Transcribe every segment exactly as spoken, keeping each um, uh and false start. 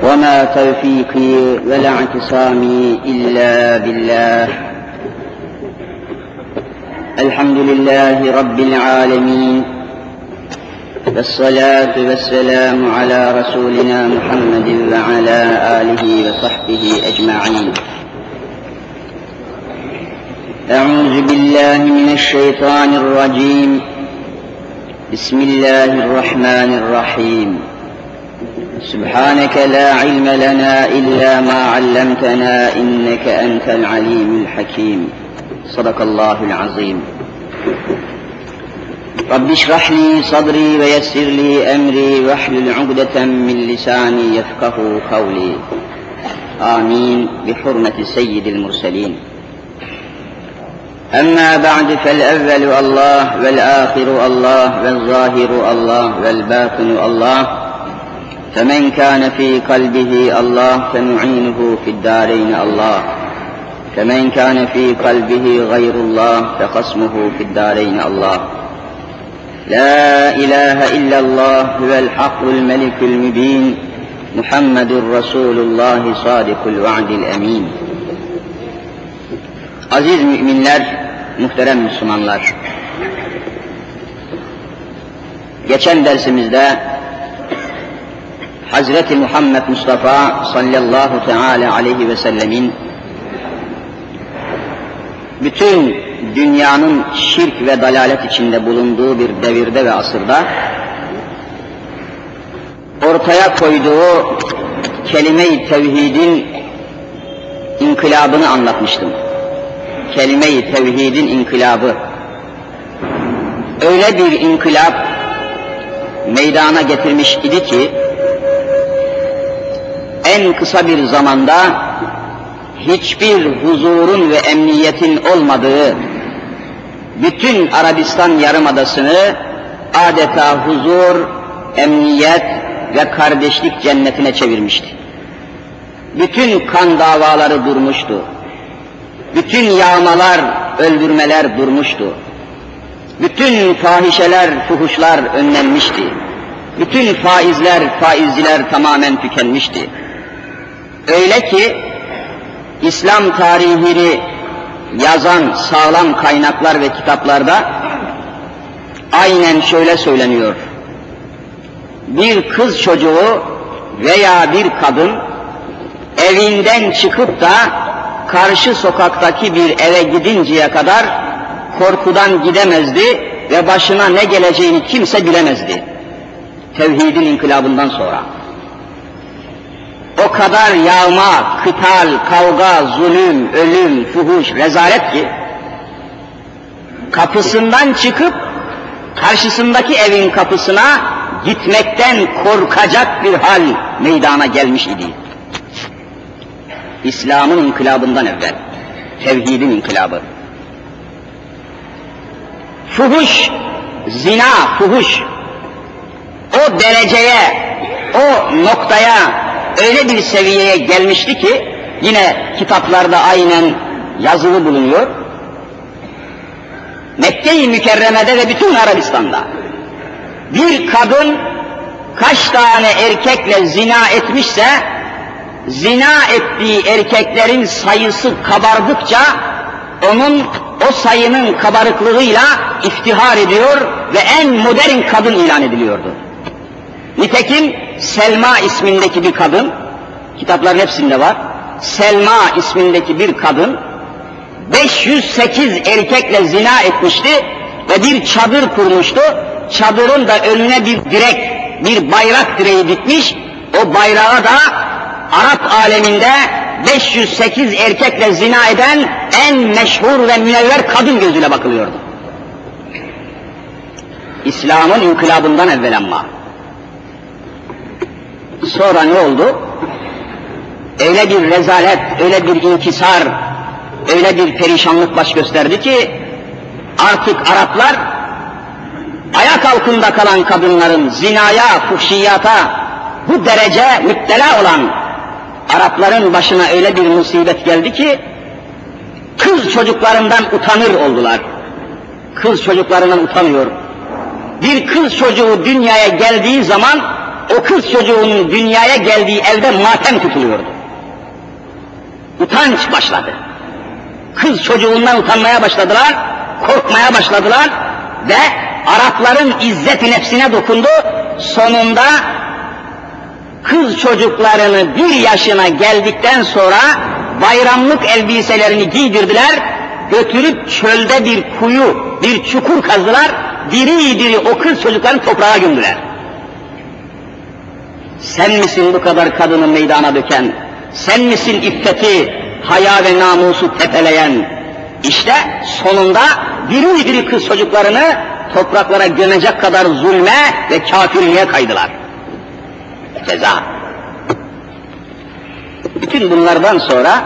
وما توفيقي ولا اعتصامي إلا بالله. الحمد لله رب العالمين، والصلاة والسلام على رسولنا محمد وعلى آله وصحبه أجمعين. أعوذ بالله من الشيطان الرجيم. بسم الله الرحمن الرحيم. سبحانك لا علم لنا إلا ما علمتنا إنك أنت العليم الحكيم. صدق الله العظيم. رب اشرح لي صدري ويسر لي أمري واحلل عقدة من لساني يفقه قولي. آمين بحرمة سيد المرسلين. أما بعد، فالأول الله والآخر الله والظاهر الله والباطن الله، فمن كان في قلبه الله فنعينه في الدارين الله، فمن كان في قلبه غير الله فخصمه في الدارين الله. لا إله إلا الله هو الحق الملك المبين، محمد رسول الله صادق الوعد الأمين. Aziz müminler, muhterem Müslümanlar, geçen dersimizde Hazreti Muhammed Mustafa sallallahu teala aleyhi ve sellemin bütün dünyanın şirk ve dalalet içinde bulunduğu bir devirde ve asırda ortaya koyduğu kelime-i tevhidin inkılabını anlatmıştım. Kelime-i tevhidin inkılabı. Öyle bir inkılap meydana getirmiş idi ki en kısa bir zamanda hiçbir huzurun ve emniyetin olmadığı bütün Arabistan Yarımadası'nı adeta huzur, emniyet ve kardeşlik cennetine çevirmişti. Bütün kan davaları durmuştu. Bütün yağmalar, öldürmeler durmuştu. Bütün fahişeler, fuhuşlar önlenmişti. Bütün faizler, faizciler tamamen tükenmişti. Öyle ki İslam tarihini yazan sağlam kaynaklar ve kitaplarda aynen şöyle söyleniyor: bir kız çocuğu veya bir kadın evinden çıkıp da karşı sokaktaki bir eve gidinceye kadar korkudan gidemezdi ve başına ne geleceğini kimse bilemezdi. Tevhidin inkılabından sonra. O kadar yağma, kıtal, kavga, zulüm, ölüm, fuhuş, rezalet ki kapısından çıkıp karşısındaki evin kapısına gitmekten korkacak bir hal meydana gelmiş idi. İslam'ın inkılabından evvel, tevhidin inkılabı. Fuhuş, zina, fuhuş, o dereceye, o noktaya, öyle bir seviyeye gelmişti ki, yine kitaplarda aynen yazılı bulunuyor. Mekke-i Mükerreme'de ve bütün Arabistan'da bir kadın kaç tane erkekle zina etmişse, zina ettiği erkeklerin sayısı kabardıkça onun o sayının kabarıklığıyla iftihar ediyor ve en modern kadın ilan ediliyordu. Nitekim Selma ismindeki bir kadın, kitapların hepsinde var, Selma ismindeki bir kadın beş yüz sekiz erkekle zina etmişti ve bir çadır kurmuştu. Çadırın da önüne bir direk, bir bayrak direği dikmiş, o bayrağa da Arap aleminde beş yüz sekiz erkekle zina eden en meşhur ve münevver kadın gözüyle bakılıyordu. İslam'ın inkılabından evvel ama. Sonra ne oldu? Öyle bir rezalet, öyle bir inkisar, öyle bir perişanlık baş gösterdi ki artık Araplar ayak altında kalan kadınların zinaya, fuhşiyata bu derece müptela olan Arapların başına öyle bir musibet geldi ki kız çocuklarından utanır oldular. Kız çocuklarından utanıyor. Bir kız çocuğu dünyaya geldiği zaman o kız çocuğunun dünyaya geldiği evde matem tutuluyordu. Utanç başladı. Kız çocuğundan utanmaya başladılar, korkmaya başladılar ve Arapların izzet-i nefsine dokundu. Sonunda kız çocuklarını bir yaşına geldikten sonra bayramlık elbiselerini giydirdiler, götürüp çölde bir kuyu, bir çukur kazdılar, diri diri o kız çocuklarını toprağa gömdüler. Sen misin bu kadar kadını meydana döken? Sen misin iffeti, haya ve namusu tepeleyen? İşte sonunda diri diri kız çocuklarını topraklara gömecek kadar zulme ve kafirliğe kaydılar. Ceza. Bütün bunlardan sonra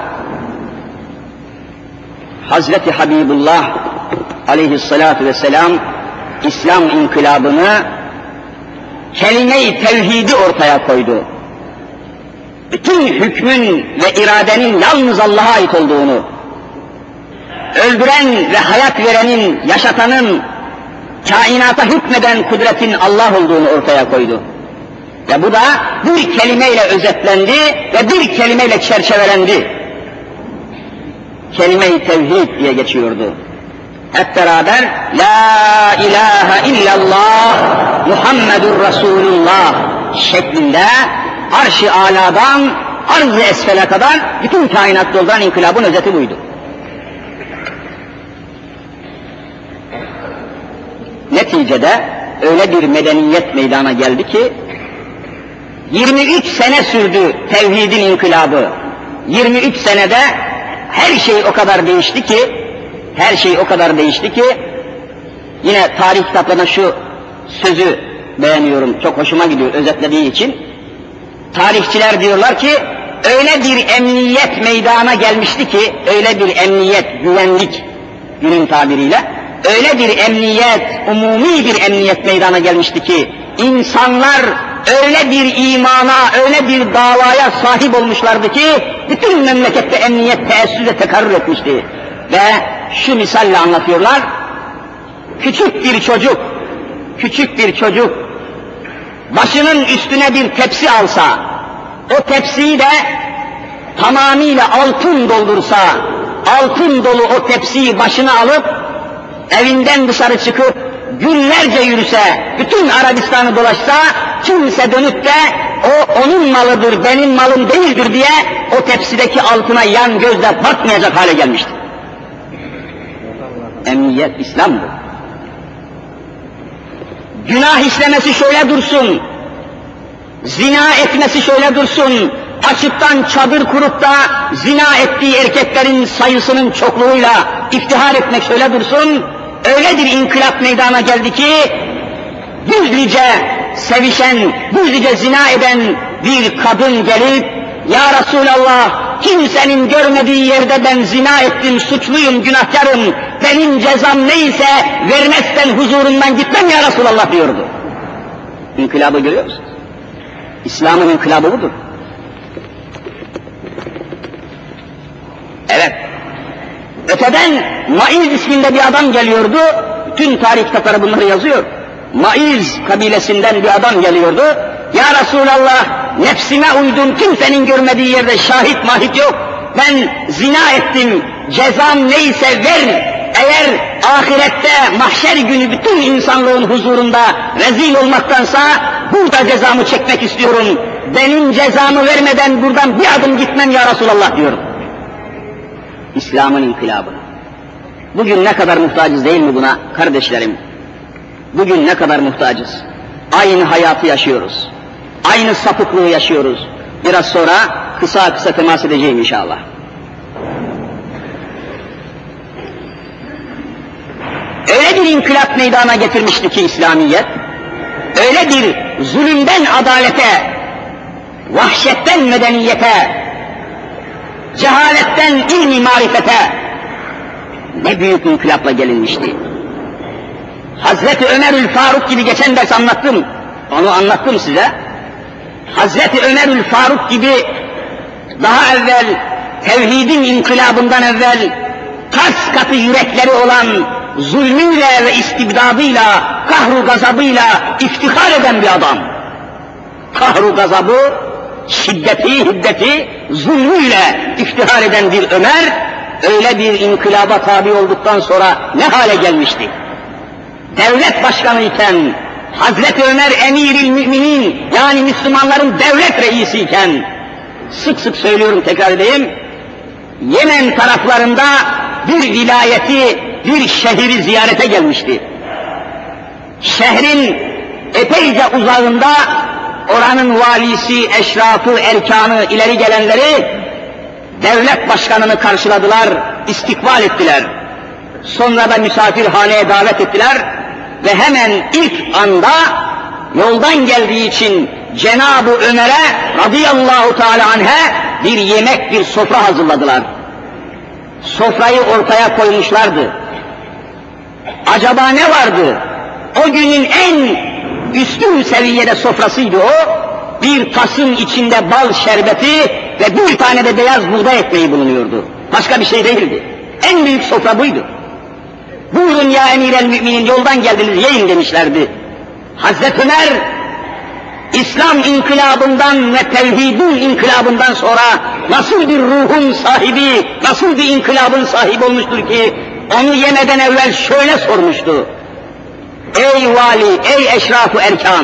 Hazreti Habibullah aleyhissalatu vesselam İslam inkılabını, kelime-i tevhidi ortaya koydu. Bütün hükmün ve iradenin yalnız Allah'a ait olduğunu, öldüren ve hayat verenin, yaşatanın, kainata hükmeden kudretin Allah olduğunu ortaya koydu. Ve bu da bir kelimeyle özetlendi ve bir kelimeyle çerçevelendi. Kelime-i tevhid diye geçiyordu. Hep beraber La ilahe illallah Muhammedur Resulullah şeklinde arş-ı aladan arz-ı esfele kadar bütün kainatta olan inkılabın özeti buydu. Neticede öyle bir medeniyet meydana geldi ki yirmi üç sene sürdü tevhidin inkılabı. yirmi üç senede her şey o kadar değişti ki, her şey o kadar değişti ki, yine tarih kitaplarına şu sözü beğeniyorum, çok hoşuma gidiyor özetlediği için. Tarihçiler diyorlar ki, öyle bir emniyet meydana gelmişti ki, öyle bir emniyet, güvenlik günün tabiriyle, öyle bir emniyet, umumi bir emniyet meydana gelmişti ki, insanlar öyle bir imana, öyle bir davaya sahip olmuşlardı ki, bütün memlekette emniyet teessüse tekarrür etmişti. Ve şu misalle anlatıyorlar, küçük bir çocuk, küçük bir çocuk, başının üstüne bir tepsi alsa, o tepsiyi de tamamıyla altın doldursa, altın dolu o tepsiyi başına alıp, evinden dışarı çıkıp, günlerce yürüse, bütün Arabistan'ı dolaşsa, kimse dönüp de o onun malıdır, benim malım değildir diye o tepsideki altına yan gözle bakmayacak hale gelmişti. Emniyet İslam'dır. Günah işlemesi şöyle dursun, zina etmesi şöyle dursun, açıktan çadır kurup da zina ettiği erkeklerin sayısının çokluğuyla iftihar etmek şöyle dursun, öyle bir inkılap meydana geldi ki, gizlice sevişen, gizlice zina eden bir kadın gelip, Ya Resulallah, kimsenin görmediği yerde ben zina ettim, suçluyum, günahkarım, benim cezam neyse vermezsen huzurundan gitmem ya Resulallah diyordu. İnkılabı görüyor musunuz? İslam'ın inkılabı budur. Evet. Öteden Maiz isminde bir adam geliyordu, bütün tarih kitapları bunları yazıyor. Maiz kabilesinden bir adam geliyordu, Ya Resulallah, nefsime uydum, kimsenin görmediği yerde şahit mahit yok, ben zina ettim, cezam neyse ver, eğer ahirette mahşer günü bütün insanlığın huzurunda rezil olmaktansa burada cezamı çekmek istiyorum, benim cezamı vermeden buradan bir adım gitmem ya Resulallah diyorum. İslam'ın inkılabı. Bugün ne kadar muhtacız değil mi buna kardeşlerim? Bugün ne kadar muhtacız? Aynı hayatı yaşıyoruz. Aynı sapıklığı yaşıyoruz. Biraz sonra kısa kısa temas edeceğim inşallah. Öyle bir inkılap meydana getirmişti ki İslamiyet, öyle bir zulümden adalete, vahşetten medeniyete, cehaletten ilmi marifete ne büyük inkılapla gelinmişti. Hazreti Ömerül Faruk gibi geçen ders anlattım, onu anlattım size. Hazreti Ömerül Faruk gibi daha evvel tevhidin inkılabından evvel kas katı yürekleri olan zulmüyle ve istibdadıyla, kahru gazabıyla iftihar eden bir adam. kahru gazabı, şiddeti, hiddeti, zulmüyle iftihar eden bir Ömer, öyle bir inkılaba tabi olduktan sonra ne hale gelmişti? Devlet başkanı iken, Hazreti Ömer emir-i müminin, yani Müslümanların devlet reisi iken, sık sık söylüyorum, tekrar edeyim, Yemen taraflarında bir vilayeti, bir şehri ziyarete gelmişti. Şehrin epeyce uzağında oranın valisi, eşrafı, erkanı, ileri gelenleri devlet başkanını karşıladılar, istikbal ettiler. Sonra da misafirhaneye davet ettiler ve hemen ilk anda yoldan geldiği için Cenab-ı Ömer'e radıyallahu teala anhe bir yemek, bir sofra hazırladılar. Sofrayı ortaya koymuşlardı. Acaba ne vardı? O günün en üstün seviyede sofrasıydı o. Bir tasın içinde bal şerbeti ve bir tane de beyaz buğday ekmeği bulunuyordu. Başka bir şey değildi. En büyük sofra buydu. Buyurun ya emir-el müminin, yoldan geldiniz, yiyin demişlerdi. Hazreti Ömer, İslam inkılabından ve tevhidin inkılabından sonra nasıl bir ruhun sahibi, nasıl bir inkılabın sahibi olmuştur ki onu yemeden evvel şöyle sormuştu. Ey vali, ey eşraf-ı erkan,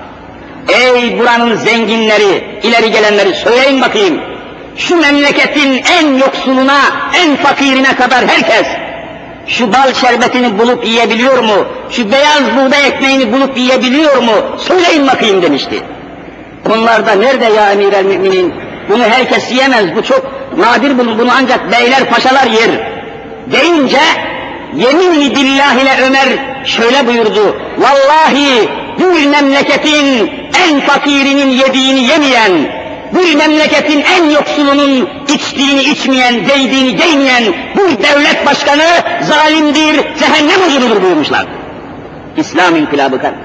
ey buranın zenginleri, ileri gelenleri, söyleyin bakayım, şu memleketin en yoksuluna, en fakirine kadar herkes şu bal şerbetini bulup yiyebiliyor mu? Şu beyaz buğday ekmeğini bulup yiyebiliyor mu? Söyleyin bakayım demişti. Onlar da nerede ya emir-el müminin? Bunu herkes yiyemez, bu çok nadir, bunu, bunu ancak beyler, paşalar yer. Deyince yemin-i billah ile Ömer şöyle buyurdu. Vallahi bu memleketin en fakirinin yediğini yemeyen, bu memleketin en yoksulunun içtiğini içmeyen, değdiğini değmeyen bu devlet başkanı zalimdir, cehennem uzunudur buyurmuşlar. İslam inkılabı kardeş.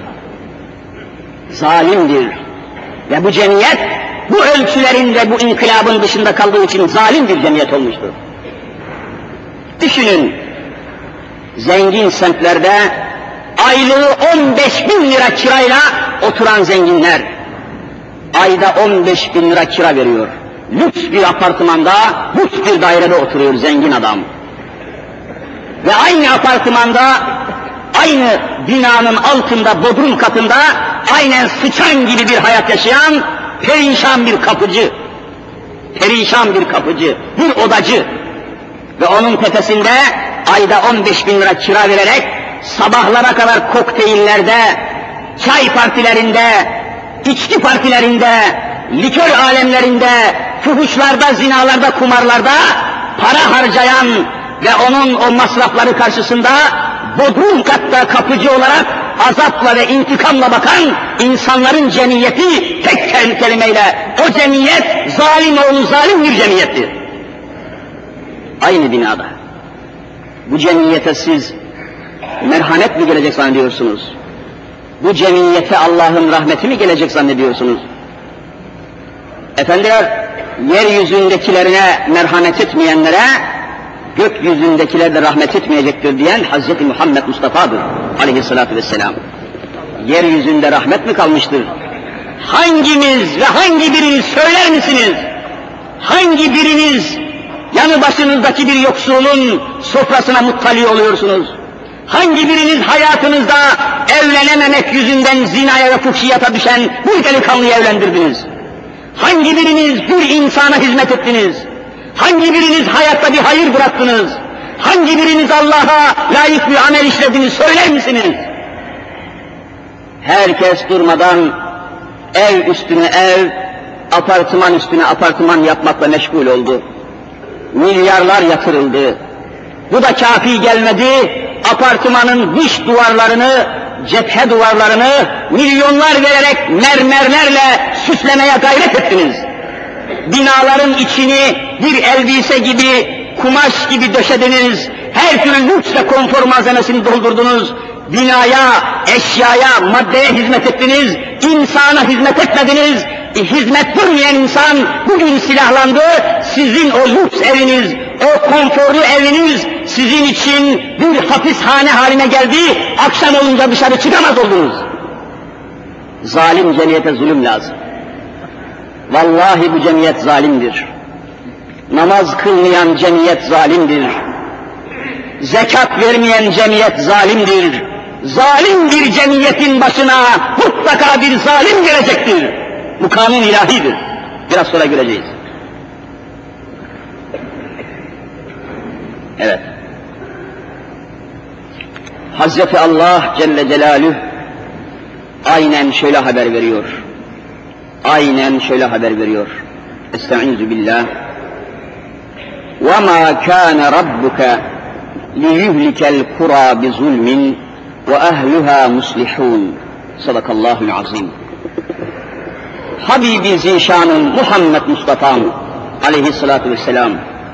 Zalimdir. Ve bu cemiyet, bu ölçülerin ve bu inkılabın dışında kaldığı için zalim bir cemiyet olmuştur. Düşünün, zengin semtlerde aylığı on beş bin lira kirayla oturan zenginler, ayda on beş bin lira kira veriyor. Lüks bir apartmanda, lüks bir dairede oturuyor zengin adam. Ve aynı apartmanda, aynı binanın altında, bodrum katında, aynen sıçan gibi bir hayat yaşayan, perişan bir kapıcı, perişan bir kapıcı, bir odacı. Ve onun tepesinde ayda on beş bin lira kira vererek, sabahlara kadar kokteyllerde, çay partilerinde, içki partilerinde, likör alemlerinde, fuhuşlarda, zinalarda, kumarlarda para harcayan ve onun o masrafları karşısında bodrum katta kapıcı olarak azapla ve intikamla bakan insanların cemiyeti tek kelimeyle, o cemiyet zalim oğlu zalim bir cemiyettir. Aynı binada. Bu cemiyete siz merhamet mi gelecek zannediyorsunuz? Bu cemiyete Allah'ın rahmeti mi gelecek zannediyorsunuz? Efendiler, yeryüzündekilerine merhamet etmeyenlere gökyüzündekiler de rahmet etmeyecektir diyen Hazreti Muhammed Mustafa'dır aleyhissalatu vesselam. Yeryüzünde rahmet mi kalmıştır? Hangimiz ve hangi biriniz söyler misiniz? Hangi biriniz yanı başınızdaki bir yoksulun sofrasına muttali oluyorsunuz? Hangi biriniz hayatınızda evlenememek yüzünden zinaya ve fuhşiyata düşen bir delikanlıyı evlendirdiniz? Hangi biriniz bir insana hizmet ettiniz? Hangi biriniz hayatta bir hayır bıraktınız? Hangi biriniz Allah'a layık bir amel işlediniz, söyler misiniz? Herkes durmadan ev üstüne ev, apartman üstüne apartman yapmakla meşgul oldu. Milyarlar yatırıldı. Bu da kafi gelmedi. Apartmanın dış duvarlarını, cephe duvarlarını milyonlar vererek mermerlerle süslemeye gayret ettiniz. Binaların içini bir elbise gibi, kumaş gibi döşediniz. Her türlü lüks ve konfor malzemesini doldurdunuz. Binaya, eşyaya, maddeye hizmet ettiniz. İnsana hizmet etmediniz. E, hizmet görmeyen insan bugün silahlandı. Sizin o lüks eviniz, o konforlu eviniz sizin için bir hapishane haline geldi. Akşam olunca dışarı çıkamaz oldunuz. Zalim cemiyete zulüm lazım. Vallahi bu cemiyet zalimdir. Namaz kılmayan cemiyet zalimdir. Zekat vermeyen cemiyet zalimdir. Zalim bir cemiyetin başına mutlaka bir zalim gelecektir. Bu kanun ilahidir. Biraz sonra göreceğiz. Evet. Hazreti Allah Celle Celaluhu aynen şöyle haber veriyor. Aynen şöyle haber veriyor. Estaizu billah. وَمَا كَانَ رَبُّكَ لِيُهْلِكَ الْقُرَى بِظُلْمٍ وَأَهْلُهَا مُصْلِحُونَ. Sadakallahul azim. Habibi Zişan'ın Muhammed Mustafa'm aleyhissalatu vesselam,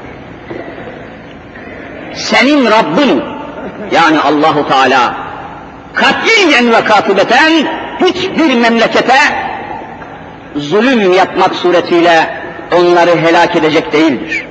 senin Rabbin yani Allahu Teala katiyen ve katibeten hiçbir memlekete zulüm yapmak suretiyle onları helak edecek değildir.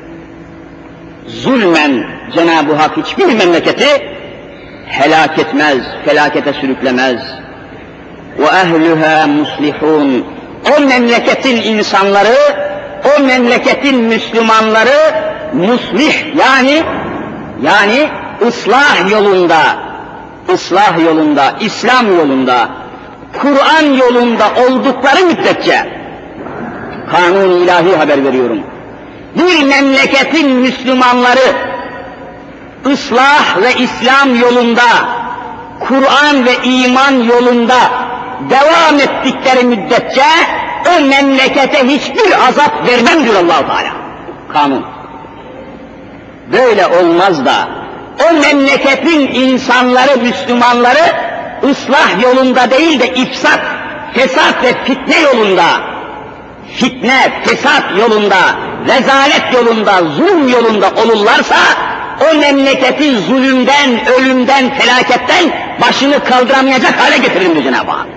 Zulmen Cenab-ı Hak hiçbir memleketi helak etmez, felakete sürüklemez. وَاَهْلُهَا مُصْلِحُونَ. O memleketin insanları, o memleketin Müslümanları muslih yani yani ıslah yolunda, ıslah yolunda, İslam yolunda, Kur'an yolunda oldukları müddetçe kanun ilahi haber veriyorum. Bir memleketin Müslümanları ıslah ve İslam yolunda, Kur'an ve iman yolunda devam ettikleri müddetçe o memlekete hiçbir azap vermem diyor Allah-u Teala. Kanun. Böyle olmaz da o memleketin insanları, Müslümanları ıslah yolunda değil de ifsat, fesat ve fitne yolunda, fitne, fesat yolunda, rezalet yolunda, zulüm yolunda olurlarsa o memleketi zulümden, ölümden, felaketten başını kaldıramayacak hale getiririm diyor Cenab-ı Hak.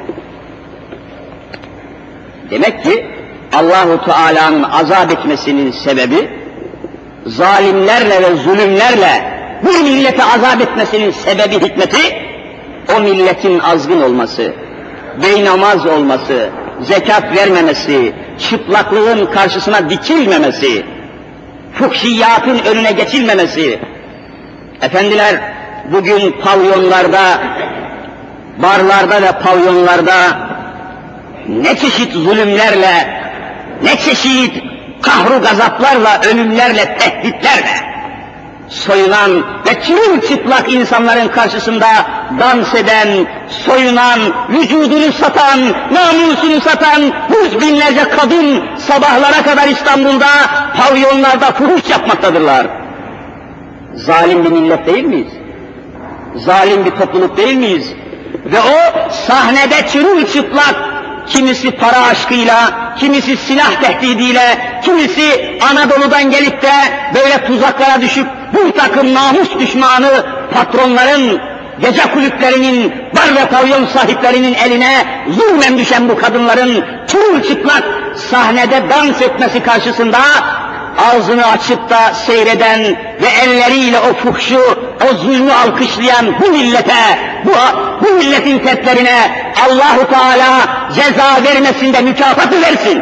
Demek ki Allahu Teala'nın azap etmesinin sebebi, zalimlerle ve zulümlerle bu millete azap etmesinin sebebi, hikmeti, o milletin azgın olması, beynamaz olması, zekat vermemesi, çıplaklığın karşısına dikilmemesi, fuhşiyatın önüne geçilmemesi. Efendiler, bugün pavyonlarda, barlarda ve pavyonlarda ne çeşit zulümlerle, ne çeşit kahru gazaplarla, ölümlerle, tehditlerle soyunan ve çırılçıplak insanların karşısında dans eden, soyunan, vücudunu satan, namusunu satan yüz binlerce kadın sabahlara kadar İstanbul'da, pavyonlarda fuhuş yapmaktadırlar. Zalim bir millet değil miyiz? Zalim bir topluluk değil miyiz? Ve o sahnede çırılçıplak, kimisi para aşkıyla, kimisi silah tehdidiyle, kimisi Anadolu'dan gelip de böyle tuzaklara düşüp bu takım namus düşmanı patronların, gece kulüplerinin, bar ve pavyon sahiplerinin eline zulmen düşen bu kadınların çırılçıplak sahnede dans etmesi karşısında ağzını açıp da seyreden ve elleriyle o fuhşu, o zulmü alkışlayan bu millete, bu, bu milletin fertlerine Allahu Teala ceza vermesinde mükafatı versin.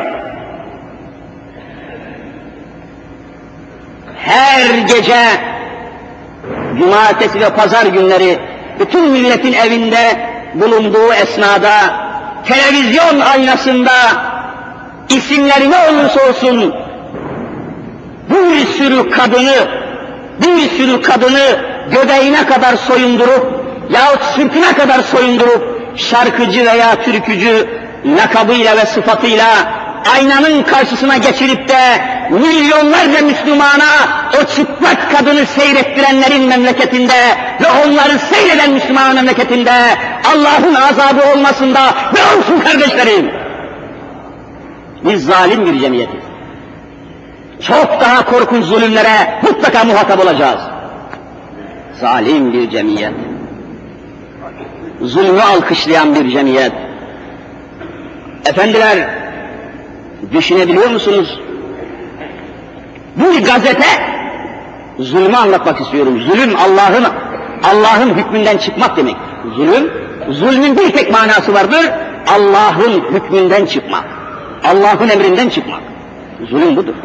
Her gece, cumartesi ve pazar günleri bütün milletin evinde bulunduğu esnada, televizyon aynasında isimleri ne olursa olsun bir sürü kadını, bir sürü kadını göbeğine kadar soyundurup yahut sırtına kadar soyundurup şarkıcı veya türkücü lakabıyla ve sıfatıyla aynanın karşısına geçirip de milyonlarca Müslümana o çıplak kadını seyrettirenlerin memleketinde ve onları seyreden Müslüman memleketinde Allah'ın azabı olmasında ve olsun kardeşlerim. Biz zalim bir cemiyetiz. Çok daha korkunç zulümlere mutlaka muhatap olacağız. Zalim bir cemiyet. Zulmü alkışlayan bir cemiyet. Efendiler, düşünebiliyor musunuz? Bir gazete, zulmü anlatmak istiyorum. Zulüm Allah'ın Allah'ın hükmünden çıkmak demek. Zulüm, zulmün bir tek manası vardır. Allah'ın hükmünden çıkmak, Allah'ın emrinden çıkmak. Zulüm budur.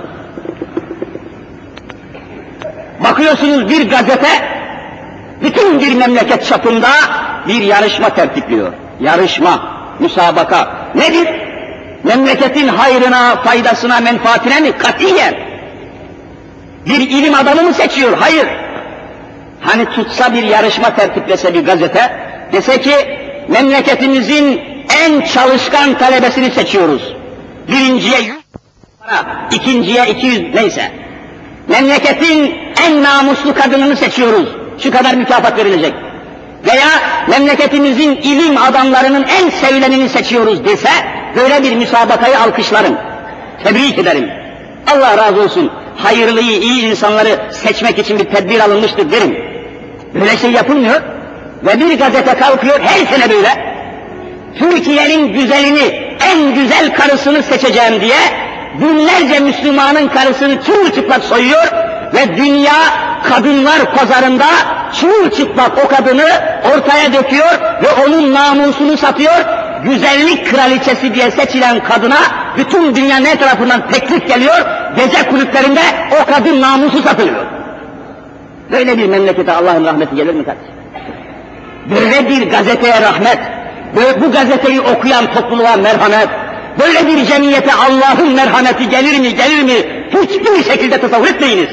Bakıyorsunuz bir gazete, bütün bir memleket çapında bir yarışma tertipliyor. Yarışma, müsabaka. Nedir? Memleketin hayrına, faydasına, menfaatine mi? Katiyen. Bir ilim adamı mı seçiyor? Hayır. Hani tutsa bir yarışma tertiplese bir gazete, dese ki memleketimizin en çalışkan talebesini seçiyoruz. Birinciye yüz para, ikinciye iki yüz neyse. Memleketin en namuslu kadınını seçiyoruz. Şu kadar mükafat verilecek. Veya memleketimizin ilim adamlarının en sevilenini seçiyoruz dese, böyle bir müsabakayı alkışlarım. Tebrik ederim. Allah razı olsun. Hayırlıyı, iyi insanları seçmek için bir tedbir alınmıştır derim. Böyle şey yapılmıyor. Ve bir gazete kalkıyor her sene böyle. Türkiye'nin güzelini, en güzel karısını seçeceğim diye binlerce Müslümanın karısını çırılçıplak soyuyor ve dünya kadınlar pazarında çırılçıplak o kadını ortaya döküyor ve onun namusunu satıyor. Güzellik kraliçesi diye seçilen kadına bütün dünyanın her tarafından teklif geliyor. Gece kulüplerinde o kadın namusu satılıyor. Böyle bir memlekete Allah'ın rahmeti gelir mi kardeşim? Böyle bir gazeteye rahmet, böyle bu gazeteyi okuyan topluluğa merhamet, böyle bir cemiyete Allah'ın merhameti gelir mi, gelir mi? Hiçbir şekilde tasavvur etmeyiniz.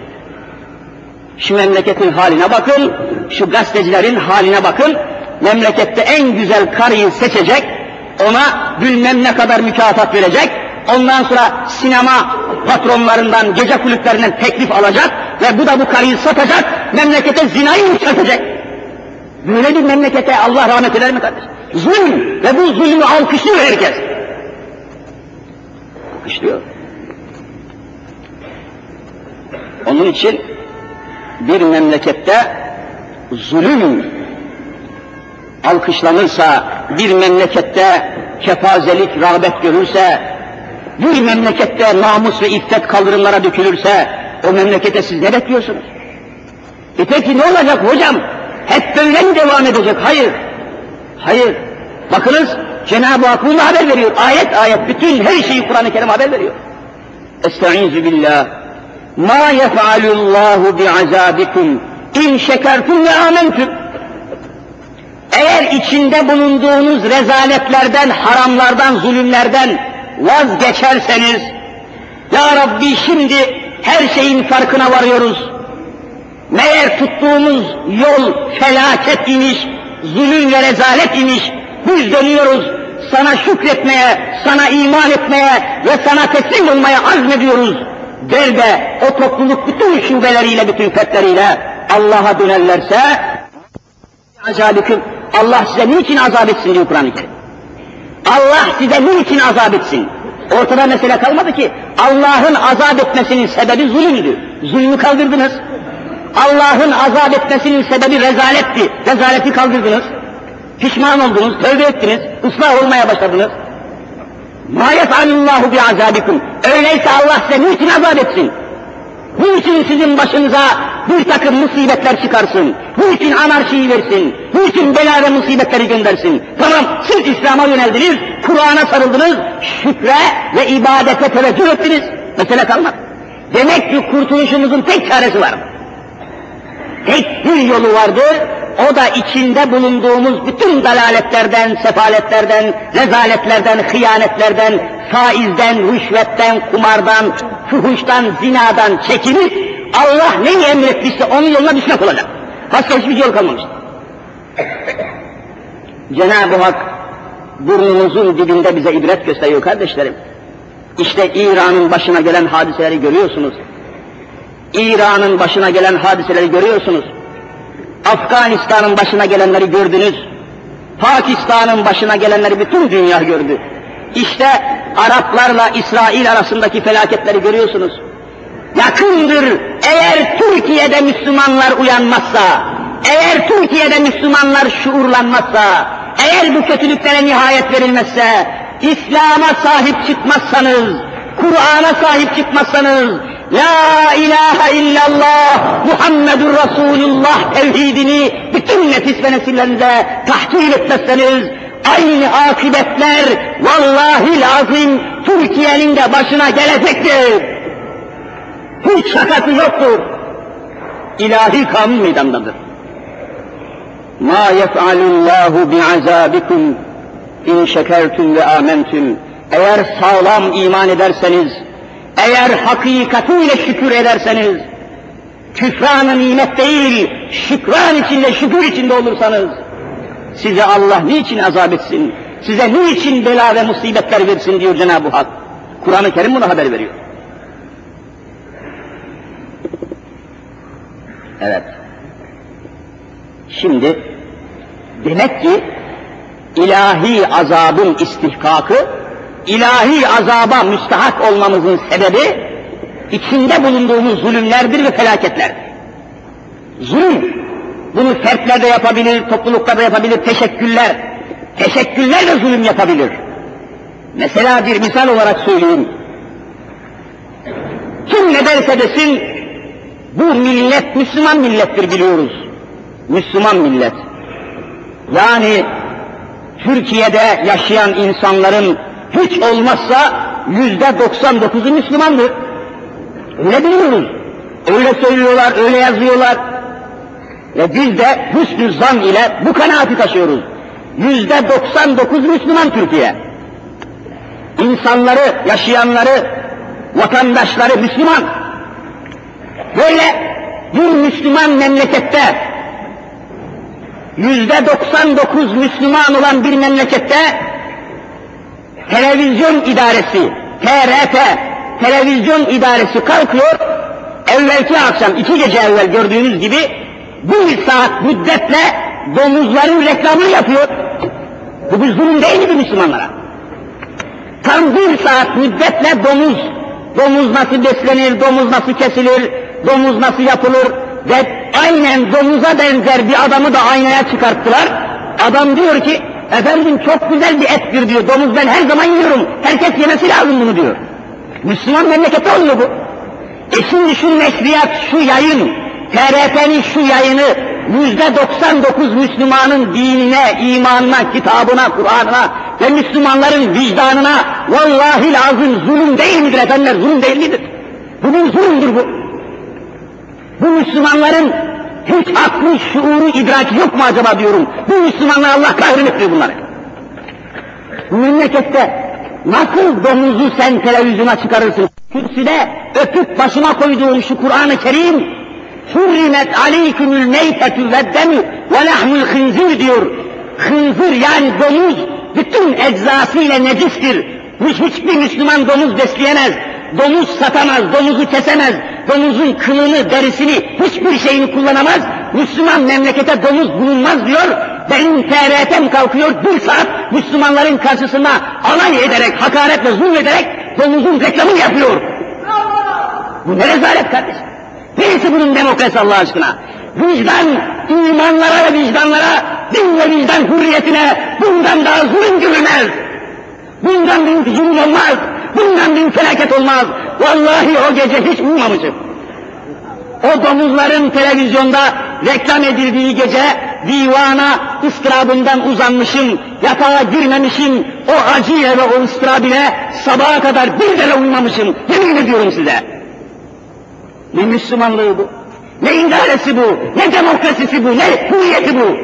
Şu memleketin haline bakın, şu gazetecilerin haline bakın. Memlekette en güzel karıyı seçecek, ona bilmem ne kadar mükafat verecek, ondan sonra sinema patronlarından, gece kulüplerinden teklif alacak ve bu da bu karıyı satacak, memlekete zinayı yükseltecek. Böyle bir memlekete Allah rahmet eder mi kardeşim? Zulüm ve bu zulmü alkışlıyor herkes. Alkışlıyor. Onun için bir memlekette zulüm alkışlanırsa, bir memlekette kepazelik, rağbet görürse, bir memlekette namus ve iffet kaldırımlara dökülürse, o memlekete siz ne bekliyorsunuz? E peki ne olacak hocam? Hep böyle mi devam edecek? Hayır. Hayır. Bakınız Cenab-ı Hak bunu haber veriyor. Ayet ayet bütün her şeyi Kur'an-ı Kerim haber veriyor. Estaizu billah. Ma yef'alullahu bi'azabikum in şekertum ve amentum. Eğer içinde bulunduğunuz rezaletlerden, haramlardan, zulümlerden vazgeçerseniz, Ya Rabbi şimdi her şeyin farkına varıyoruz. Meğer tuttuğumuz yol felaket imiş, zulüm ve rezalet imiş. Biz dönüyoruz, sana şükretmeye, sana iman etmeye ve sana teslim olmaya azmediyoruz. Der de o topluluk bütün şubeleriyle, bütün fertleriyle Allah'a dönerlerse, azabiküm, Allah size niçin azap etsin diyor Kur'an-ı Kerim. Allah size niçin azap etsin? Ortada mesele kalmadı ki, Allah'ın azap etmesinin sebebi zulümdü. Zulmü kaldırdınız. Allah'ın azap etmesinin sebebi rezaletti. Rezaleti kaldırdınız. Pişman oldunuz, tövbe ettiniz, ıslah olmaya başladınız. مَا يَفْعَلُ اللّٰهُ بِعَذَابِكُمْ. Öyleyse Allah size niçin azap etsin? Niçin sizin başınıza bir takım musibetler çıkarsın? Niçin anarşiyi versin? Niçin bela ve musibetleri göndersin? Tamam, siz İslam'a yöneldiniz, Kur'an'a sarıldınız, şükre ve ibadete teveccüh ettiniz. Mesele kalmadı. Demek ki kurtuluşumuzun tek çaresi var. Tek bir yolu vardır, o da içinde bulunduğumuz bütün dalaletlerden, sefaletlerden, rezaletlerden, hıyanetlerden, faizden, rüşvetten, kumardan, fuhuştan, zinadan çekinip Allah neyi emretmişse onun yoluna düşmek olacak. Başka hiçbir yol kalmamıştır. Cenab-ı Hak burnumuzun dibinde bize ibret gösteriyor kardeşlerim. İşte İran'ın başına gelen hadiseleri görüyorsunuz. İran'ın başına gelen hadiseleri görüyorsunuz. Afganistan'ın başına gelenleri gördünüz. Pakistan'ın başına gelenleri bütün dünya gördü. İşte Araplarla İsrail arasındaki felaketleri görüyorsunuz. Yakındır, eğer Türkiye'de Müslümanlar uyanmazsa, eğer Türkiye'de Müslümanlar şuurlanmazsa, eğer bu kötülüklere nihayet verilmezse, İslam'a sahip çıkmazsanız, Kur'an'a sahip çıkmazsanız, La ilahe illallah Muhammedur Resulullah tevhidini bütün nefis ve nesillerinize tahkir etmezseniz, aynı akıbetler vallahi lazım Türkiye'nin de başına gelecektir. Hiç şakası yoktur. İlahi kanun meydandadır. مَا يَفْعَلُ اللّٰهُ بِعَذَابِكُمْ اِنْ شَكَرْتُمْ وَآمَنْتُمْ. Eğer sağlam iman ederseniz, eğer hakikatiyle şükür ederseniz, küfran-ı nimet değil, şükran içinde, şükür içinde olursanız, size Allah niçin azap etsin, size niçin bela ve musibetler versin diyor Cenab-ı Hak. Kur'an-ı Kerim buna haber veriyor. Evet. Şimdi, demek ki, ilahi azabın istihkakı, ilahi azaba müstahak olmamızın sebebi, içinde bulunduğumuz zulümlerdir ve felaketlerdir. Zulüm, bunu fertler de yapabilir, toplulukta da yapabilir, teşekküller, teşekküller de zulüm yapabilir. Mesela bir misal olarak söyleyeyim. Kim ne derse desin, bu millet Müslüman millettir biliyoruz. Müslüman millet. Yani Türkiye'de yaşayan insanların hiç olmazsa yüzde doksan dokuzu Müslümandır. Öyle biliyoruz. Öyle söylüyorlar, öyle yazıyorlar. Ve biz de hüsnü zan ile bu kanaati taşıyoruz. Yüzde doksan dokuz Müslüman Türkiye. İnsanları, yaşayanları, vatandaşları Müslüman. Böyle bir Müslüman memlekette, yüzde doksan dokuz Müslüman olan bir memlekette, televizyon idaresi, T R T, televizyon idaresi kalkıyor, evvelki akşam, iki gece evvel gördüğünüz gibi, bir saat müddetle domuzların reklamını yapıyor. Bu bir zulüm değil mi Müslümanlara? Tam bir saat müddetle domuz, domuz nasıl beslenir, domuz nasıl kesilir, domuz nasıl yapılır ve aynen domuza benzer bir adamı da aynaya çıkarttılar. Adam diyor ki, efendim çok güzel bir ettir diyor, domuz ben her zaman yiyorum, herkes yemesi lazım bunu diyor. Müslüman memlekette oluyor bu. E şimdi şu neşriyat, şu yayın, T R T'nin şu yayını, yüzde doksan dokuz Müslümanın dinine, imanına, kitabına, Kur'an'ına ve Müslümanların vicdanına vallahi lazım zulüm değil midir efendiler, zulüm değil midir? Bunun zulümdür bu. Bu Müslümanların hiç aklı, şuuru, idraki yok mu acaba diyorum. Bu Müslümanlar Allah kahretmiyor bunları. Bu memlekette nasıl domuzu sen televizyona çıkarırsın? Kürsüde öpüp başıma koyduğum şu Kur'an-ı Kerim, hurrimet aleykümül meytetü veddemü ve lahmül hınzir diyor. Hınzır yani domuz bütün eczasıyla necistir. Hiç, hiçbir Müslüman domuz besleyemez, domuz satamaz, domuzu kesemez, domuzun kılını, derisini, hiçbir şeyini kullanamaz. Müslüman memlekete domuz bulunmaz diyor. Benim T R T'm kalkıyor bir saat Müslümanların karşısında alay ederek, hakaretle zulmederek domuzun reklamını yapıyor. Bu ne rezalet kardeşim? Neresi bunun demokrasi Allah aşkına? Vicdan, imanlara ve vicdanlara, din ve vicdan hürriyetine bundan daha zulüm görülmez. Bundan büyük zulüm olmaz. Bundan büyük felaket olmaz. Vallahi o gece hiç uyumamışım. O domuzların televizyonda reklam edildiği gece divana ıstırabından uzanmışım, yatağa girmemişim, o acıyla ve o ıstırab ile sabaha kadar bir dere uyumamışım. Yemin ediyorum size. Ne Müslümanlığı bu, ne idaresi bu, ne demokrasisi bu, ne hürriyeti bu.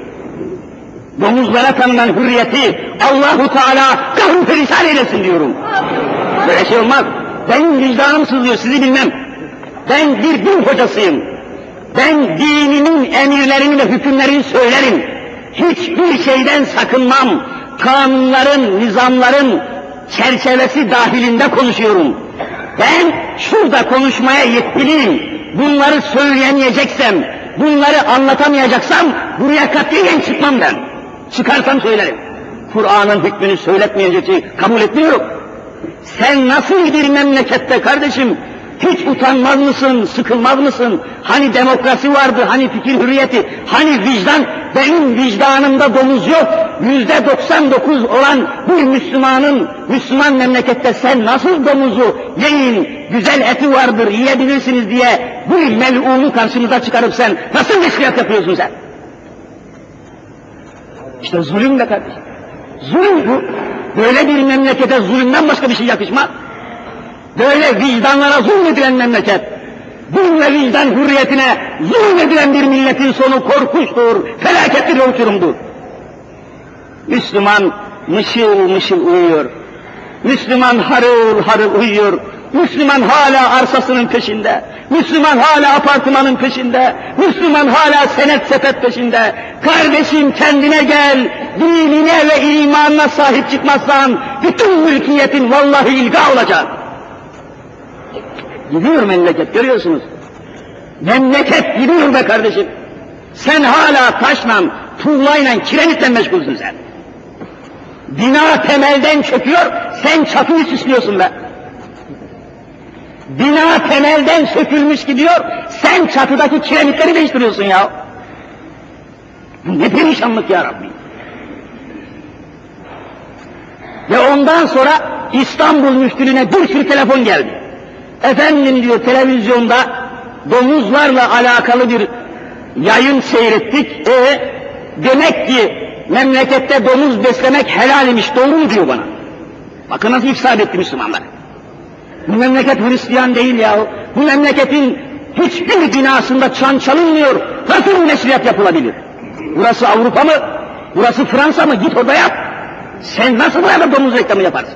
Domuzlara tanınan hürriyeti Allahu Teala kahrı perişan eylesin diyorum. Böyle şey olmaz. Benim vicdanım sızlıyor, sizi bilmem. Ben bir din hocasıyım. Ben dinimin emirlerini ve hükümlerini söylerim. Hiçbir şeyden sakınmam. Kanunların, nizamların çerçevesi dahilinde konuşuyorum. Ben şurada konuşmaya yetkiliyim. Bunları söyleyemeyeceksem, bunları anlatamayacaksam buraya katiyen çıkmam ben. Çıkarsam söylerim. Kur'an'ın hükmünü söyletmeyeceği kabul etmiyorum. Sen nasıl bir memlekette kardeşim, hiç utanmaz mısın, sıkılmaz mısın? Hani demokrasi vardı, hani fikir hürriyeti, hani vicdan, benim vicdanımda domuz yok. Yüzde doksan dokuz olan bir Müslümanın, Müslüman memlekette sen nasıl domuzu yiyin, güzel eti vardır, yiyebilirsiniz diye bu mel'unu karşımıza çıkarıp sen nasıl neşriyat yapıyorsun sen? İşte zulüm de kardeşim. Zulüm bu. Böyle bir memlekete zulümden başka bir şey yakışmaz. Böyle vicdanlara zulmedilen memleket, din ve vicdan hürriyetine zulmedilen bir milletin sonu korkunçtur, felaketli bir uçurumdur. Müslüman mışıl mışıl uyuyor. Müslüman harıl harıl uyuyor. Müslüman hala arsasının peşinde. Müslüman hala apartmanın peşinde. Müslüman hala senet sepet peşinde. Kardeşim kendine gel. Dinine ve imanına sahip çıkmazsan bütün mülkiyetin vallahi ilga olacak. Gidiyor memleket, görüyorsunuz. Memleket gidiyor be kardeşim. Sen hala taşla, tuğlayla, kiremitle meşgulsün sen. Bina temelden çöküyor, sen çatıyı süslüyorsun be. Bina temelden sökülmüş gidiyor, sen çatıdaki kiremitleri değiştiriyorsun ya. Bu ne perişanlık ya Rabbi. Ve ondan sonra İstanbul müftülüğüne bir sürü telefon geldi. Efendim diyor, televizyonda domuzlarla alakalı bir yayın seyrettik. E demek ki memlekette domuz beslemek helal imiş, doğru mu diyor bana. Bakın nasıl ifsad etti Müslümanlar. Bu memleket Hristiyan değil yahu. Bu memleketin hiçbir binasında çan çalınmıyor. Nasıl neşriyat yapılabilir? Burası Avrupa mı? Burası Fransa mı? Git orada yap. Sen nasıl burada domuz reklamı yaparsın?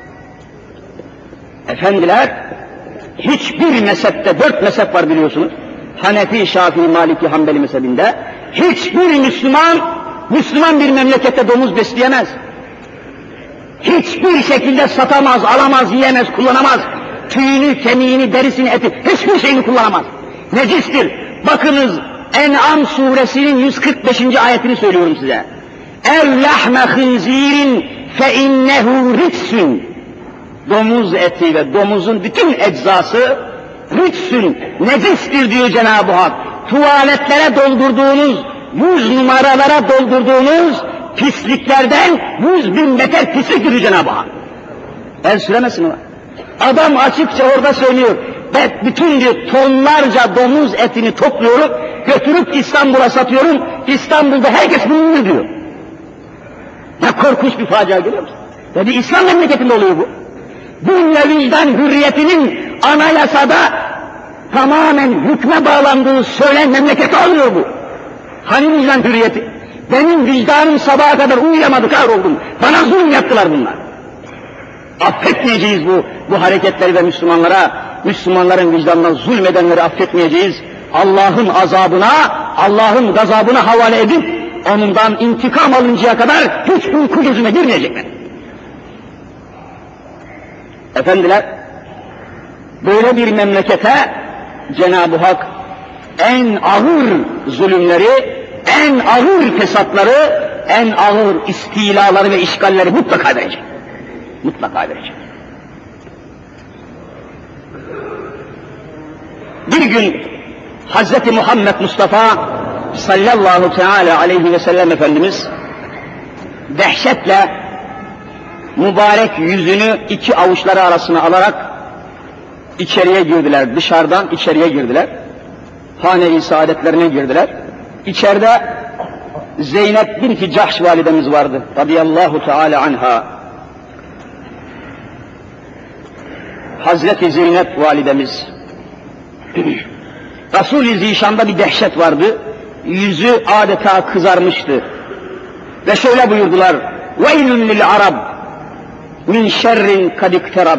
Efendiler, hiçbir mezhepte, dört mezhep var biliyorsunuz. Hanefi, Şafii, Maliki, Hanbeli mezhebinde. Hiçbir Müslüman, Müslüman bir memlekette domuz besleyemez. Hiçbir şekilde satamaz, alamaz, yiyemez, kullanamaz. Tüyünü, kemiğini, derisini, eti, hiçbir şeyini kullanamaz. Necistir. Bakınız, En'am suresinin yüz kırk beşinci ayetini söylüyorum size. اَوْ لَحْمَ خِنْزِيرٍ فَاِنَّهُ رِجْسٌ. Domuz eti ve domuzun bütün eczası rütsün, necistir diyor Cenab-ı Hak. Tuvaletlere doldurduğunuz, yüz numaralara doldurduğunuz pisliklerden yüz bin beter pislik diyor Cenab-ı Hak. El süremezsin ona. Adam açıkça orada söylüyor. Ben bütün diyor tonlarca domuz etini topluyorum, götürüp İstanbul'a satıyorum. İstanbul'da herkes bunu diyor. Ne korkunç bir facia, görüyor musun? Ve bir İslam memleketinde oluyor bu. Din ve vicdan hürriyetinin anayasada tamamen hükme bağlandığı söylen memlekete alıyor bu. Hani vicdan hürriyeti? Benim vicdanım sabaha kadar uyuyamadı, kahroldum. Bana zulüm yaptılar bunlar. Affetmeyeceğiz bu, bu hareketleri ve Müslümanlara, Müslümanların vicdanına zulmedenleri affetmeyeceğiz. Allah'ın azabına, Allah'ın gazabına havale edip, ondan intikam alıncaya kadar hiç uyku gözüne girmeyecekler. Efendiler, böyle bir memlekete Cenab-ı Hak en ağır zulümleri, en ağır fesatları, en ağır istilaları ve işgalleri mutlaka verecek. Mutlaka verecek. Bir gün Hazreti Muhammed Mustafa sallallahu teala aleyhi ve sellem Efendimiz dehşetle mübarek yüzünü iki avuçları arasına alarak içeriye girdiler, dışarıdan içeriye girdiler. Hane-i saadetlerine girdiler. İçeride Zeynep binti Cahş validemiz vardı radıyallahu teala anha. Hazreti Zeynep validemiz. Resul-i Zişan'da bir dehşet vardı. Yüzü adeta kızarmıştı. Ve şöyle buyurdular: "Veylün lil Arab min şerrin kad ikterab.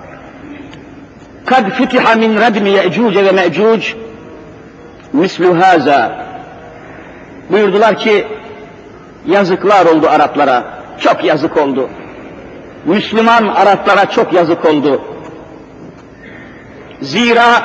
Kad futiha min radmi Ye'cuce ve Me'cuc mislu haza." Buyurdular ki, yazıklar oldu Araplara, çok yazık oldu. Müslüman Araplara çok yazık oldu. Zira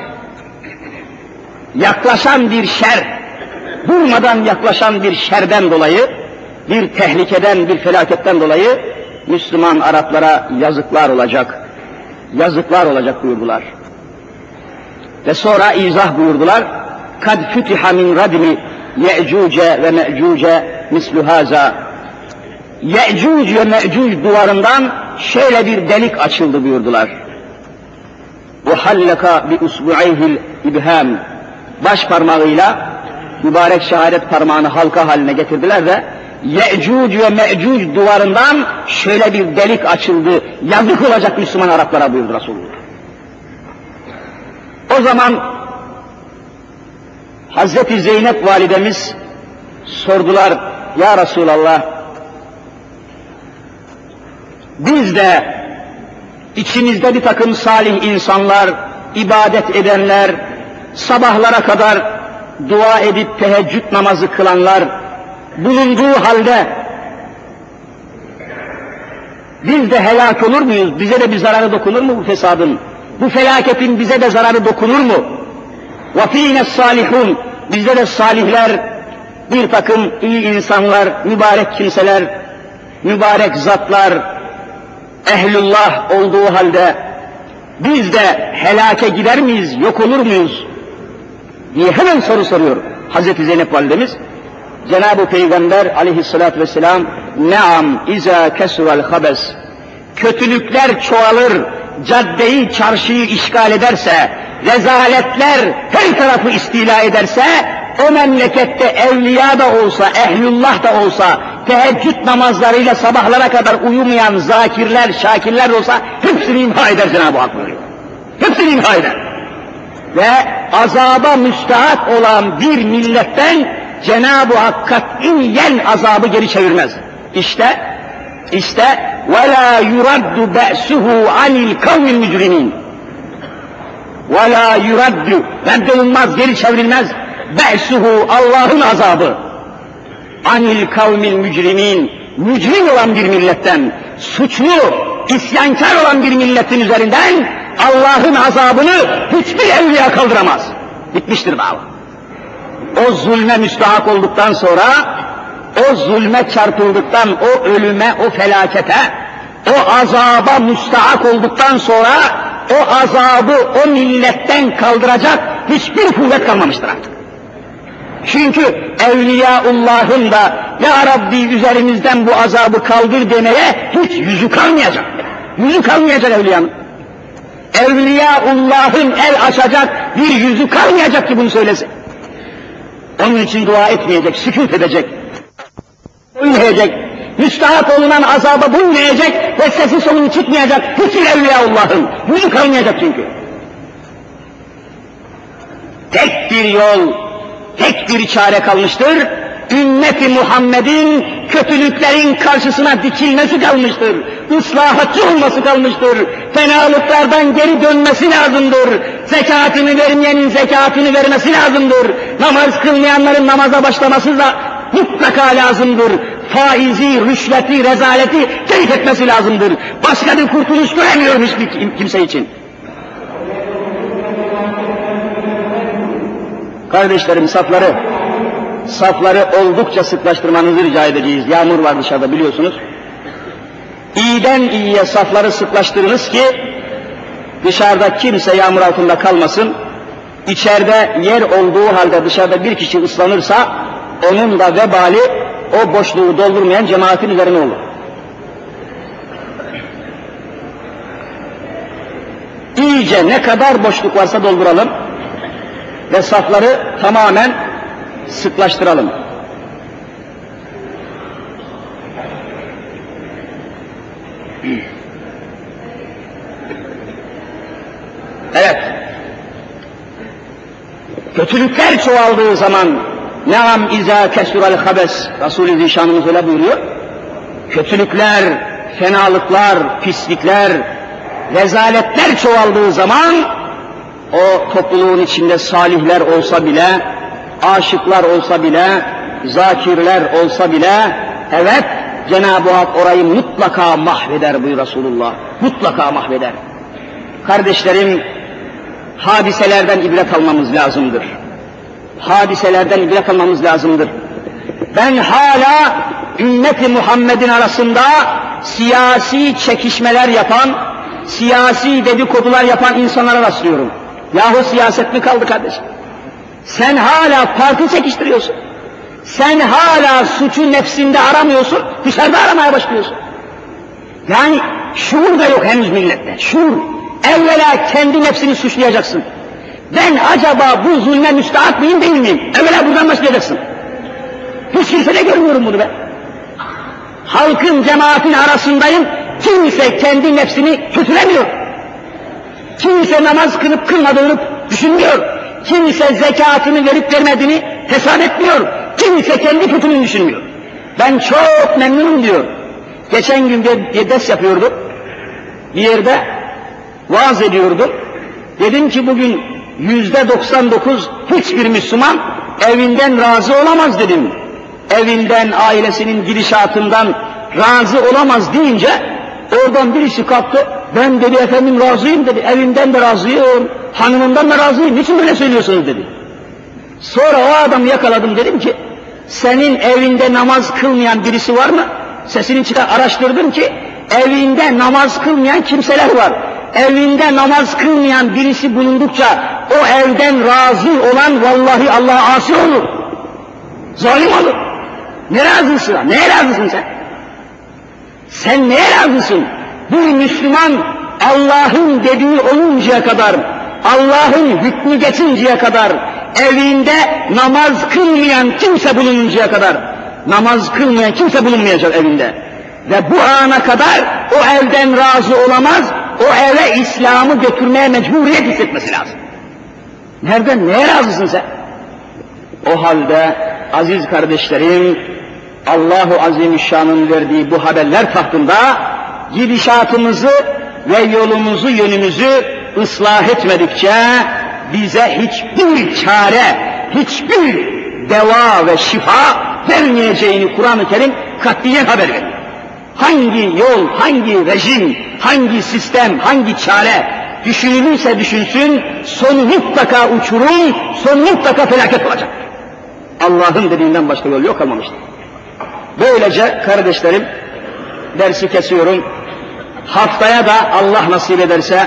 yaklaşan bir şer, durmadan yaklaşan bir şerden dolayı, bir tehlikeden, bir felaketten dolayı Müslüman Araplara yazıklar olacak, yazıklar olacak buyurdular. Ve sonra izah buyurdular: "Kad futiha min radmi Ye'cuce ve Me'cuce mislu haza." Ye'cuc ve Me'cuc duvarından şöyle bir delik açıldı buyurdular. وَحَلَّكَ بِاُسْبُعَيْهِ الْاِبْهَامِ. Baş parmağıyla mübarek şehadet parmağını halka haline getirdiler ve Ye'cuc ve Me'cuc duvarından şöyle bir delik açıldı. Yazık olacak Müslüman Araplara buyurdu Resulullah. O zaman Hazreti Zeynep validemiz sordular, ya Resulallah, biz de içimizde bir takım salih insanlar, ibadet edenler, sabahlara kadar dua edip teheccüd namazı kılanlar bulunduğu halde biz de helak olur muyuz? Bize de bir zararı dokunur mu bu fesadın? Bu felaketin bize de zararı dokunur mu? وَفِينَ الصَّالِحُونَ Bizde de salihler, bir takım iyi insanlar, mübarek kimseler, mübarek zatlar, ehlullah olduğu halde biz de helake gider miyiz, yok olur muyuz diye hemen soru soruyor Hazreti Zeynep validemiz. Cenab-ı Peygamber aleyhissalatü vesselam, neam izâ kesural habes, kötülükler çoğalır, caddeyi, çarşıyı işgal ederse, rezaletler her tarafı istila ederse, o memlekette evliya da olsa, ehlullah da olsa, teheccüd namazlarıyla sabahlara kadar uyumayan zakirler, şakirler olsa, hepsini imha eder Cenab-ı Hak buyuruyor. Hepsini imha eder. Ve azaba müstahak olan bir milletten Cenab-ı Hak katiyen azabı geri çevirmez. İşte, işte وَلَا يُرَدُّ بَأْسُهُ عَنِ الْقَوْمِ الْمُجْرِمِينَ وَلَا يُرَدُّ reddolunmaz, geri çevrilmez. بَأْسُهُ Allah'ın azabı. عَنِ الْقَوْمِ الْمُجْرِمِينَ mücrim olan bir milletten, suçlu, isyankar olan bir milletin üzerinden Allah'ın azabını hiçbir evliya kaldıramaz. Bitmiştir dava. O zulme müstahak olduktan sonra, o zulme çarpıldıktan, o ölüme, o felakete, o azaba müstahak olduktan sonra, o azabı o milletten kaldıracak hiçbir kuvvet kalmamıştır artık. Çünkü Evliyaullah'ın da ya Rabbi üzerimizden bu azabı kaldır demeye hiç yüzü kalmayacak. Yüzü kalmayacak evliyanın. Evliyaullah'ın el açacak bir yüzü kalmayacak ki bunu söylesin. Onun için dua etmeyecek, sükût edecek, boyunlayacak, müstahak olunan azaba boyunlayacak ve sesi sonu çıkmayacak hiçbir Evliyaullah'ın yüzü kalmayacak çünkü. Tek bir yol, tek bir çare kalmıştır. Ümmeti Muhammed'in kötülüklerin karşısına dikilmesi kalmıştır. Islahatçı olması kalmıştır. Fenalıklardan geri dönmesi lazımdır. Zekatını vermeyenin zekatını vermesi lazımdır. Namaz kılmayanların namaza başlaması da mutlaka lazımdır. Faizi, rüşveti, rezaleti terk etmesi lazımdır. Başka bir kurtuluş göremiyorum hiçbir kimse için. Kardeşlerim, safları, safları oldukça sıklaştırmanızı rica edeceğiz. Yağmur var dışarıda biliyorsunuz. İyiden iyiye safları sıklaştırınız ki dışarıda kimse yağmur altında kalmasın. İçeride yer olduğu halde dışarıda bir kişi ıslanırsa onun da vebali o boşluğu doldurmayan cemaatin üzerine olur. İyice ne kadar boşluk varsa dolduralım ve safları tamamen sıklaştıralım. Evet. Kötülükler çoğaldığı zaman neam izâ kesural habes, Resul-i Zişanımız öyle buyuruyor. Kötülükler, fenalıklar, pislikler, rezaletler çoğaldığı zaman o topluluğun içinde salihler olsa bile, aşıklar olsa bile, zakirler olsa bile, evet Cenab-ı Hak orayı mutlaka mahveder buyur Resulullah. Mutlaka mahveder. Kardeşlerim, hadiselerden ibret almamız lazımdır. Hadiselerden ibret almamız lazımdır. Ben hala ümmeti Muhammed'in arasında siyasi çekişmeler yapan, siyasi dedikodular yapan insanlara rastlıyorum. Yahu siyaset mi kaldı kardeşim? Sen hala parti çekiştiriyorsun. Sen hala suçu nefsinde aramıyorsun, dışarıda aramaya başlıyorsun. Yani şuur da yok henüz millette, şuur. Evvela kendi nefsini suçlayacaksın. Ben acaba bu zulme müstahak mıyım değil miyim? Evvela buradan başlayacaksın. Hiç kimse de görmüyorum bunu ben. halkın, cemaatin arasındayım. Kimse kendi nefsini kötülemiyor. Kimse namaz kılıp kılmadığını düşünmüyor. Kimse zekatını verip vermediğini hesap etmiyor. Kimse kendi kötülüğünü düşünmüyor. Ben çok memnunum diyor. Geçen gün bir, bir ders yapıyorduk. Bir yerde vaaz ediyordum. Dedim ki bugün yüzde doksan dokuz hiçbir Müslüman evinden razı olamaz dedim. Evinden, ailesinin gidişatından razı olamaz deyince oradan birisi kalktı. Ben dedi efendim razıyım dedi. Evinden de razıyım, hanımından da razıyım. Niçin böyle söylüyorsunuz dedi. Sonra o adamı yakaladım, dedim ki senin evinde namaz kılmayan birisi var mı? Sesini çıkar, araştırdım ki evinde namaz kılmayan kimseler var. Evinde namaz kılmayan birisi bulundukça o evden razı olan vallahi Allah'a asi olur. Zalim olur. Ne razısın? Neye razısın sen? Sen neye razısın? Bir Müslüman Allah'ın dediği oluncaya kadar, Allah'ın hükmü geçinceye kadar, evinde namaz kılmayan kimse bulununcaya kadar, namaz kılmayan kimse bulunmayacak evinde. Ve bu ana kadar o evden razı olamaz, o eve İslam'ı götürmeye mecburiyet hissetmesi lazım. Nereden, neye razısın sen? O halde aziz kardeşlerim, Allah-u Azimüşşan'ın verdiği bu haberler tahtında gidişatımızı ve yolumuzu, yönümüzü ıslah etmedikçe bize hiçbir çare, hiçbir deva ve şifa vermeyeceğini Kur'an-ı Kerim katiyen haber veriyor. Hangi yol, hangi rejim, hangi sistem, hangi çare düşünülürse düşünsün, sonu mutlaka uçurum, sonu mutlaka felaket olacak. Allah'ın dediğinden başka yol yok kalmamıştır. Böylece kardeşlerim, dersi kesiyorum. Haftaya da Allah nasip ederse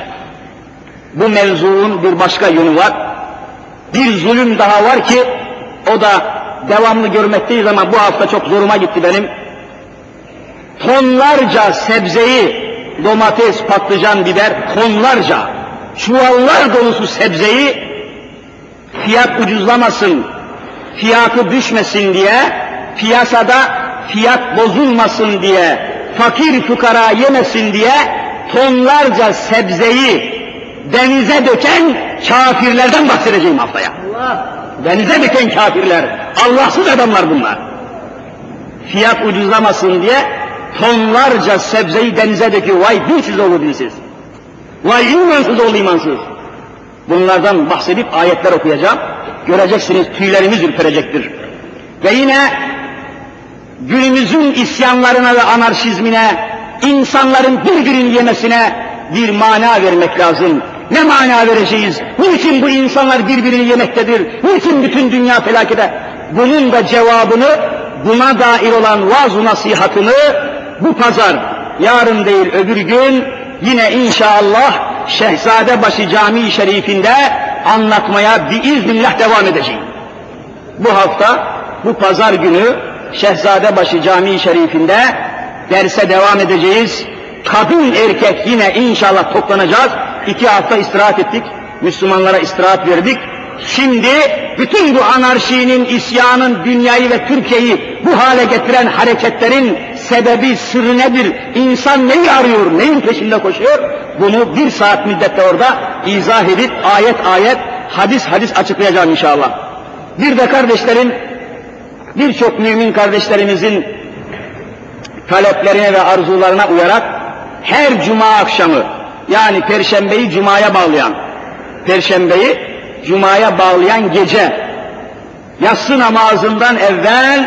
bu mevzuun bir başka yönü var. Bir zulüm daha var ki o da devamlı görmekteyiz ama bu hafta çok zoruma gitti benim. Tonlarca sebzeyi, domates, patlıcan, biber, tonlarca, çuvallar dolusu sebzeyi fiyat ucuzlamasın, fiyatı düşmesin diye, piyasada fiyat bozulmasın diye, fakir fukara yemesin diye tonlarca sebzeyi denize döken kafirlerden bahsedeceğim haftaya. Allah. Denize döken kafirler, Allahsız adamlar bunlar. Fiyat ucuzlamasın diye tonlarca sebzeyi denize döküyor. Vay dinsiz oğlu dinsiz. Vay imansız oğlu imansız. Bunlardan bahsedip ayetler okuyacağım. Göreceksiniz, tüylerimiz ürperecektir. Ve yine günümüzün isyanlarına ve anarşizmine, insanların birbirini yemesine bir mana vermek lazım. Ne mana vereceğiz? Niçin bu insanlar birbirini yemektedir? Niçin bütün dünya felakete? Bunun da cevabını, buna dair olan vaaz-ı nasihatını bu pazar, yarın değil öbür gün yine inşallah Şehzadebaşı Camii Şerifinde anlatmaya biiznillah devam edeceğim. Bu hafta, bu pazar günü Şehzadebaşı Camii Şerifinde derse devam edeceğiz. Kadın erkek yine inşallah toplanacağız. İki hafta istirahat ettik. Müslümanlara istirahat verdik. Şimdi bütün bu anarşinin, isyanın, dünyayı ve Türkiye'yi bu hale getiren hareketlerin sebebi, sırrı nedir? İnsan neyi arıyor, neyin peşinde koşuyor? Bunu bir saat müddette orada izah edip ayet ayet, hadis hadis açıklayacağım inşallah. Bir de kardeşlerim, birçok mümin kardeşlerimizin taleplerine ve arzularına uyarak her cuma akşamı, yani perşembeyi cumaya bağlayan, perşembeyi cumaya bağlayan gece, yatsı namazından evvel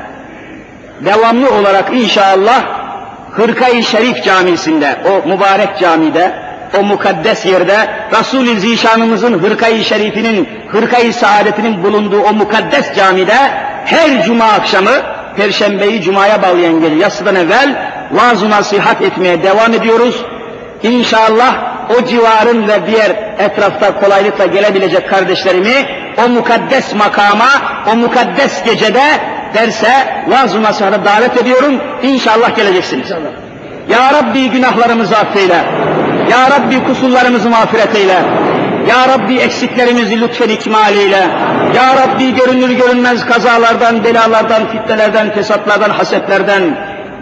devamlı olarak inşallah Hırka-i Şerif Camisi'nde, o mübarek camide, o mukaddes yerde, Resul-i Zişanımızın Hırka-i Şerif'inin, Hırka-i Saadet'inin bulunduğu o mukaddes camide her cuma akşamı, perşembeyi cumaya bağlayan gece, yatsıdan evvel vaaz-ı nasihat etmeye devam ediyoruz. İnşallah o civarın ve diğer etrafta kolaylıkla gelebilecek kardeşlerimi o mukaddes makama, o mukaddes gecede derse vaaz-ı nasihata davet ediyorum. İnşallah geleceksiniz. İnşallah. Ya Rabbi günahlarımızı affeyle. Ya Rabbi kusurlarımızı mağfiret eyle. Ya Rabbi eksiklerimizi lütfen ikmal eyle. Ya Rabbi görünür görünmez kazalardan, belalardan, fitnelerden, fesatlardan, hasetlerden,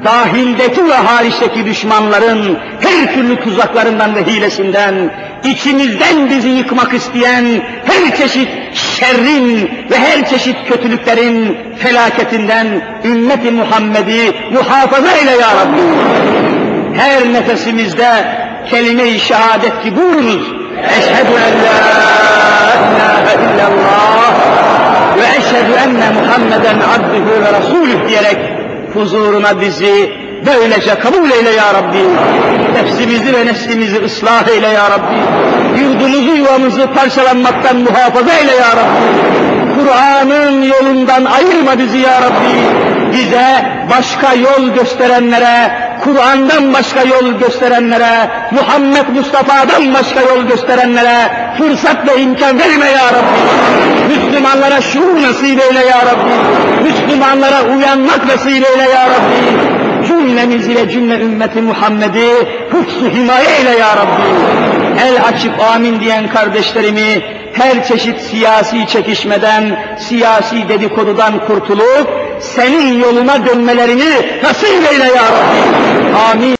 dahildeki ve hariçteki düşmanların her türlü tuzaklarından ve hilesinden, içimizden bizi yıkmak isteyen her çeşit şerrin ve her çeşit kötülüklerin felaketinden ümmeti Muhammed'i muhafaza eyle ya Rabbi. Her nefesimizde kelime-i şehadet ki buyurunuz. Eşhedü en la ilahe illallah ve eşhedü enne Muhammeden abdühü ve rasulüh diyerek huzuruna bizi böylece kabul eyle ya Rabbi. Nefsimizi ve neslimizi ıslah eyle ya Rabbi. Yurdumuzu yuvamızı parçalanmaktan muhafaza eyle ya Rabbi. Kur'an'ın yolundan ayırma bizi ya Rabbi. Bize başka yol gösterenlere, Kur'an'dan başka yol gösterenlere, Muhammed Mustafa'dan başka yol gösterenlere fırsat ve imkan verme ya Rabbi. Müslümanlara şuur nasip eyle ya Rabbi. Müslümanlara uyanmak nasip eyle ya Rabbi. Cümlemizi ve cümle ümmeti Muhammed'i hıfz-ı himaye eyle ya Rabbi. El açıp amin diyen kardeşlerimi her çeşit siyasi çekişmeden, siyasi dedikodudan kurtulup senin yoluna dönmelerini nasip eyle ya Rabbi. Amin.